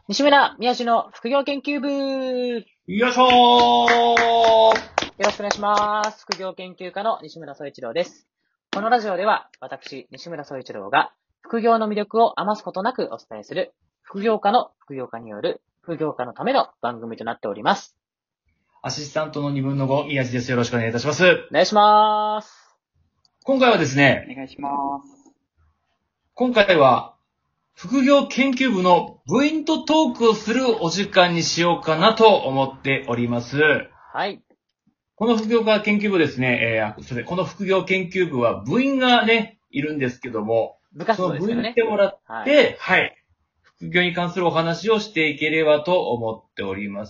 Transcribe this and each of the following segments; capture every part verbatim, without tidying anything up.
西村宮治の副業研究部、よよいしょー。 ろしくお願いします。副業研究家の西村総一郎です。このラジオでは、私、西村総一郎が、副業の魅力を余すことなくお伝えする、副業家の副業家による、副業家のための番組となっております。 アシスタントのにぶんのご、宮地です。よろしくお願いいたします。 お願いします。 今回はですね、 お願いします。 今回は、副業研究部の部員とトークをするお時間にしようかなと思っております。 はい。 この副業家研究部ですね、えー、それ、この副業研究部は部員がね、いるんですけども、 部活その部員に動ですよね。 来てもらっはい。 て、はい、副業に関するお話をしていければと思っております。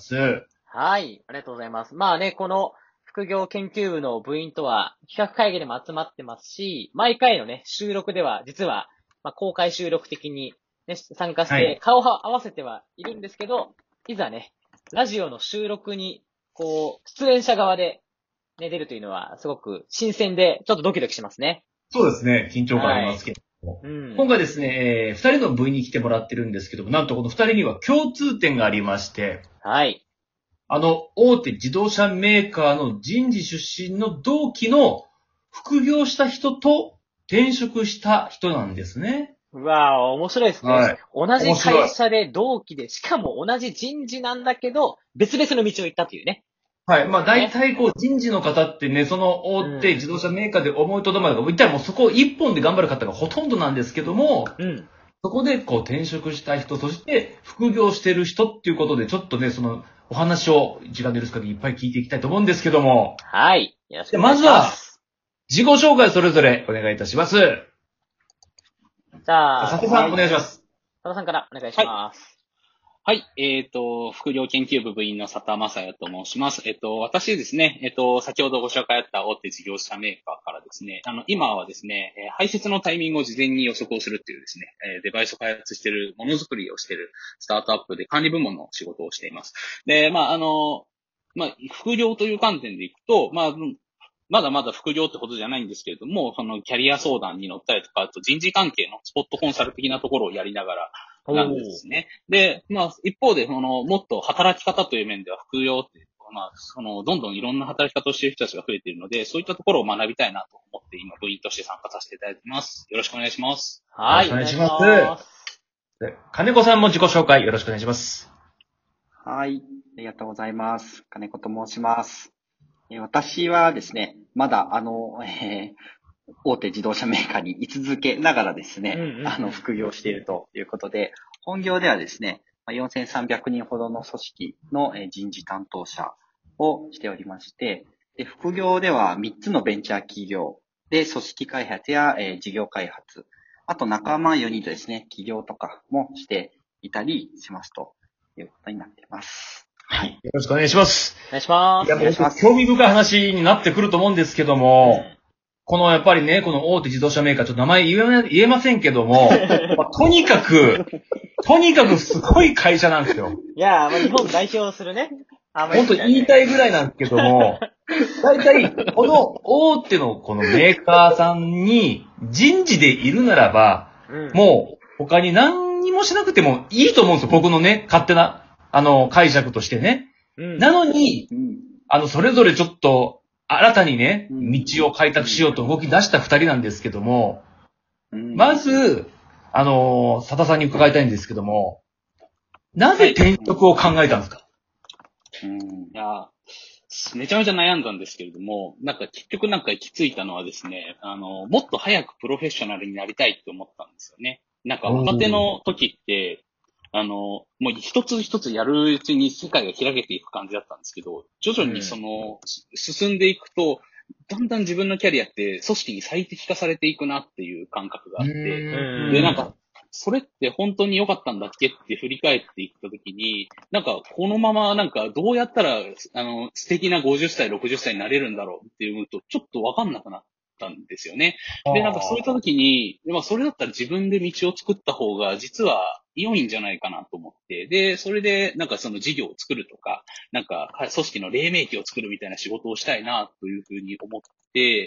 はい。ありがとうございます。まあね、この副業研究部の部員とは企画会議でも集まってますし、毎回のね、収録では実は、まあ、公開収録的に、ね、参加しはいて顔を合わせてはいるんですけど、いざね、ラジオの収録に、こう、出演者側で、ね、出るというのはすごく新鮮で、ちょっとドキドキしますね。 そうですね、緊張感ありますけども。 うん。 今回ですね、えー、二人の部員に来てもらってるんですけども、なんとこの二人には共通点がありまして、 はい。 あの、大手自動車メーカーの人事出身の同期の副業した人と転職した人なんですね。 うわぁ、面白いですね。 はい。 同じ面白い会社で同期で、しかも同じ人事なんだけど、別々の道を行ったというね。 はい。まあ大ね。 体こう人事の方ってね、その大手自動車メーカーで思いとどまるが、言ったらもうそこ一本で頑張る方がほとんどなんですけども、 うん。 そこでこう転職した人、そして副業してる人っていうことで、ちょっとね、そのお話を時間で許す限りいっぱい聞いていきたいと思うんですけども。 はい。よろしくでお願いします。 自己紹介それぞれお願いいたします。 じゃあ、 佐藤さん、お願いします。 佐田さんからお願いします。 はい。えっ、と、副業研究部部員の佐田正也と申します。えっ、と、私ですね、えっ、と、先ほどご紹介あった大手事業者メーカーからですね、あの、今はですね、えー排泄のタイミングを事前に予測をするっていうですね、えーデバイスを開発している、ものづくりをしているスタートアップで管理部門の仕事をしています。で、まあ、あの、まあ、副業という観点でいくと、まあ、うんまだまだ副業ってことじゃないんですけれども、そのキャリア相談に乗ったりとか、あと人事関係のスポットコンサル的なところをやりながら、なんですね。で、まあ、一方で、その、もっと働き方という面では副業って、まあ、その、どんどんいろんな働き方をしている人たちが増えているので、そういったところを学びたいなと思って、今、部員として参加させていただいています。よろしくお願いします。 はい。 よろしくおお願いし願いしますます。 で金子さんも自己紹介よろしくお願いします。 はい。ありがとうございます。金子と申します。えー私はですね、まだあの、えー大手自動車メーカーに居続けながらですね、 うんうんうんあの、副業しているということで、本業ではですね、まあよんせんさんびゃくにんほどの組織のえー人事担当者をしておりまして、で副業ではみっつのベンチャー企業で組織開発や、えー事業開発、あと仲間よにんとですね、起業とかもしていたりしますということになっています。はい。 よろしくお願いします。 お願いします。 いや、もうお願いします興味深い話になってくると思うんですけども、このやっぱりね、この大手自動車メーカー、ちょっと名前言えま言えませんけども、まあとにかく、とにかくすごい会社なんですよ。 いやー、まあ、日本代表するね。あ本当言いたいぐらいなんですけども、大体、この大手のこのメーカーさんに人事でいるならば、 うん。 もう他に何にもしなくてもいいと思うんですよ。僕のね、勝手な、あの、解釈としてね。 うん。 なのに、 うん。 あの、それぞれちょっと、新たにね、 うん道を開拓しようと動き出した二人なんですけども、 うんまず、あの、佐田さんに伺いたいんですけども、なぜ転職を考えたんですか？ うんいや、めちゃめちゃ悩んだんですけれども、なんか結局なんか行き着いたのはですね、あの、もっと早くプロフェッショナルになりたいって思ったんですよね。なんか若手の時って、あの、もう一つ一つやるうちに世界が開けていく感じだったんですけど、徐々にその、す進んでいくと、だんだん自分のキャリアって組織に最適化されていくなっていう感覚があって、 うんで、なんか、それって本当に良かったんだっけって振り返っていったときに、なんかこのままなんかどうやったら、あの、素敵なごじゅっさい、ろくじゅっさいになれるんだろうっていうと、ちょっとわかんなくなったんですよね。で、なんかそういったときに、まあそれだったら自分で道を作った方が実は良いんじゃないかなと思って、で、それでなんかその事業を作るとか、なんか組織の黎明期を作るみたいな仕事をしたいなというふうに思って、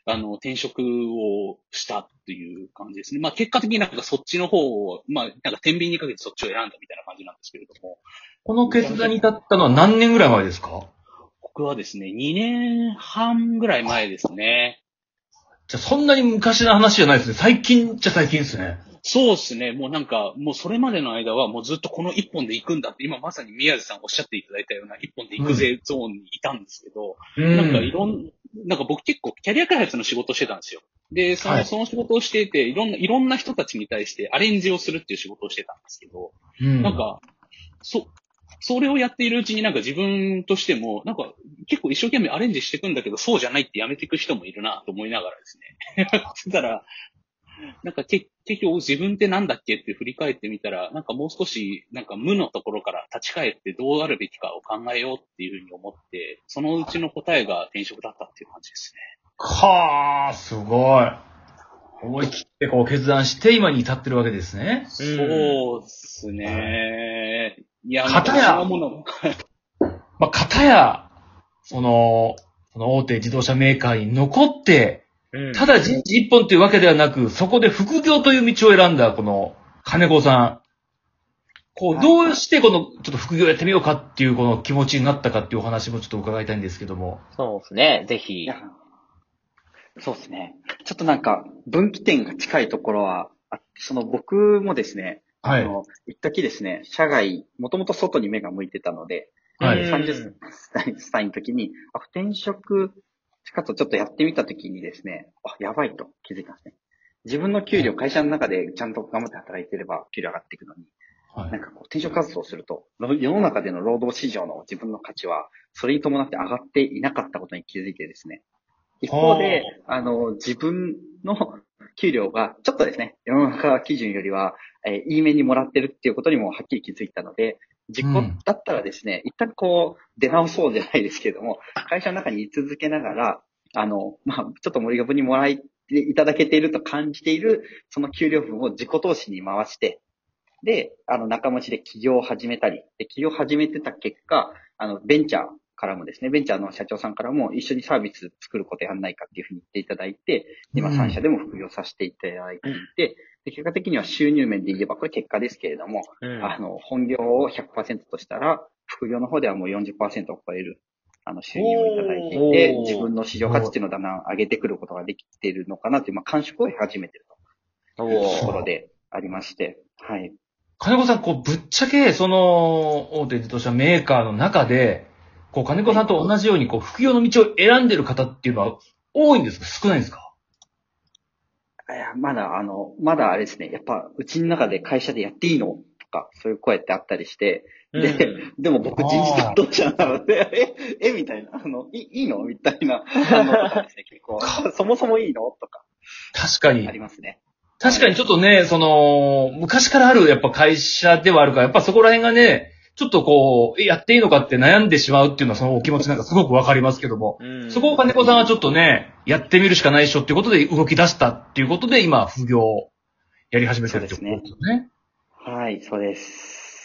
あの、転職をしたっていう感じですね。まあ結果的になんかそっちの方を、まあなんか天秤にかけてそっちを選んだみたいな感じなんですけれども。 この決断に至ったのは何年ぐらい前ですか？ 僕はですね、にねんはんぐらい前ですね。 じゃあそんなに昔の話じゃないですね。最近っちゃ最近ですね。 そうですね。もうなんか、もうそれまでの間はもうずっとこの一本で行くんだって、今まさに宮地さんおっしゃっていただいたような一本で行くぜゾーンにいたんですけど、 うん、 なんかいろん、なんか僕結構キャリア開発の仕事をしてたんですよ。で、その、はい、その仕事をしていて、いろんな、いろんな人たちに対してアレンジをするっていう仕事をしてたんですけど、うん、なんか、そ、それをやっているうちになんか自分としても、なんか結構一生懸命アレンジしていくんだけど、そうじゃないってやめていく人もいるなと思いながらですね。そしたら、なんか結局自分ってなんだっけって振り返ってみたら、なんかもう少しなんか無のところから立ち返ってどうあるべきかを考えようっていうふうに思って、そのうちの答えが転職だったっていう感じですね。 はぁ、すごい。思い切ってこう決断して今に至ってるわけですね。 そうですね。いや、 片や、まあ、片や、その、その大手自動車メーカーに残って、うん、ただ人事一本というわけではなく、そこで副業という道を選んだこの金子さん。こう、どうしてこの、ちょっと副業やってみようかっていうこの気持ちになったかっていうお話もちょっと伺いたいんですけども。 そうですね、ぜひ。 そうですね。ちょっとなんか、分岐点が近いところはあって、その僕もですね、はい。あの、一時ですね、社外、もともと外に目が向いてたので、はい。さんじゅっさいの時に、あ、転職、かつちょっとやってみた時にですね、あ、やばいと気づいたんですね。自分の給料、会社の中でちゃんと頑張って働いてれば給料上がっていくのに、はい、なんかこう転職活動をすると、世の中での労働市場の自分の価値は、それに伴って上がっていなかったことに気づいてですね。一方で、あの、自分の給料がちょっとですね、世の中基準よりは、えー、いいめにもらってるっていうことにもはっきり気づいたので、自己だったらですね、うん、一旦こう、出直そうじゃないですけれども、会社の中に居続けながら、あの、まあ、ちょっと森ガブにもらいいただけていると感じている、その給料分を自己投資に回して、で、あの、仲間内で起業を始めたり、で、起業を始めてた結果、あの、ベンチャーからもですね、ベンチャーの社長さんからも一緒にサービス作ることやんないかっていうふうに言っていただいて、今さん社でも副業させていただいていて、で結果的には収入面で言えば、これ結果ですけれども、うん、あの、本業を ひゃくパーセント としたら、副業の方ではもう よんじゅっパーセント を超える、あの、収入をいただいていて、自分の市場価値っていうのをだんだん上げてくることができているのかなという、まあ、感触を始めているというところでありまして、はい。 金子さん、こう、ぶっちゃけ、その、大手自動車メーカーの中で、こう、金子さんと同じように、こう、副業の道を選んでる方っていうのは多いんですか？少ないんですか？ いや、まだ、あの、まだあれですね。やっぱ、うちの中で会社でやっていいのとか、そういう声ってあったりして、で、うん、でも僕人事担当者なので、え、え、みたいな、あの、いいいのみたいな、あの、とかですね、結構、そもそもいいのとか。 確かに。 ありますね。 確かにちょっとね、その、昔からあるやっぱ会社ではあるから、やっぱそこら辺がね、ちょっとこう、やっていいのかって悩んでしまうっていうのはそのお気持ちなんかすごくわかりますけども、そこを金子さんはちょっとね、やってみるしかないっしょっていうことで動き出したっていうことで今、副業をやり始めてるってことですよね。 はい、そうです。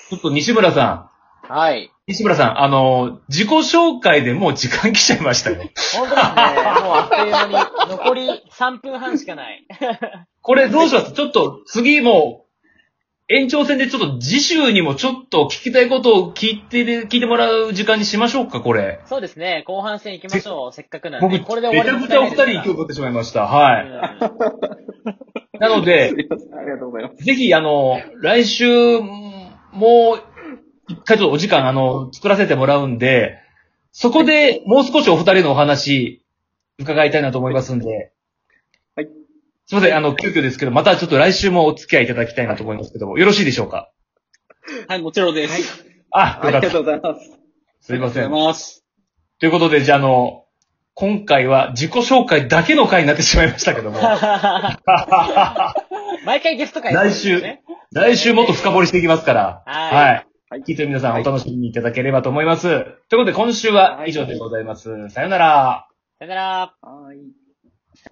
ちょっと西村さん。はい。 西村さん、あの、自己紹介でもう時間来ちゃいましたよ。 本当ですね。もうあっという間に残りさんぷんはんしかない。 これどうします？ちょっと次もう、延長戦でちょっと次週にもちょっと聞きたいことを聞いて、聞いてもらう時間にしましょうか、これ。 そうですね。後半戦行きましょう。せっかくなんで。 僕、これで終わりめちゃくちゃお二人に今日取ってしまいました。はい。なので、 ありがとうございます。 ぜひ、あの、来週、もう、一回ちょっとお時間、あの、作らせてもらうんで、そこでもう少しお二人のお話、伺いたいなと思いますんで。 はい。 すいません、あの、急遽ですけど、またちょっと来週もお付き合いいただきたいなと思いますけども、よろしいでしょうか？ はい、もちろんです。 はい。 あ、ありがとうございます。 すいません。 ありがとうございます。 ということで、じゃあ、あの、今回は自己紹介だけの回になってしまいましたけども。 毎回ゲスト会、 ね、来週、来週もっと深掘りしていきますから。 はい。 はいはい、聞いてる皆さんお楽しみにいただければと思います。はい、ということで今週は以上でございます。はい、さよなら。 さよなら。 はい。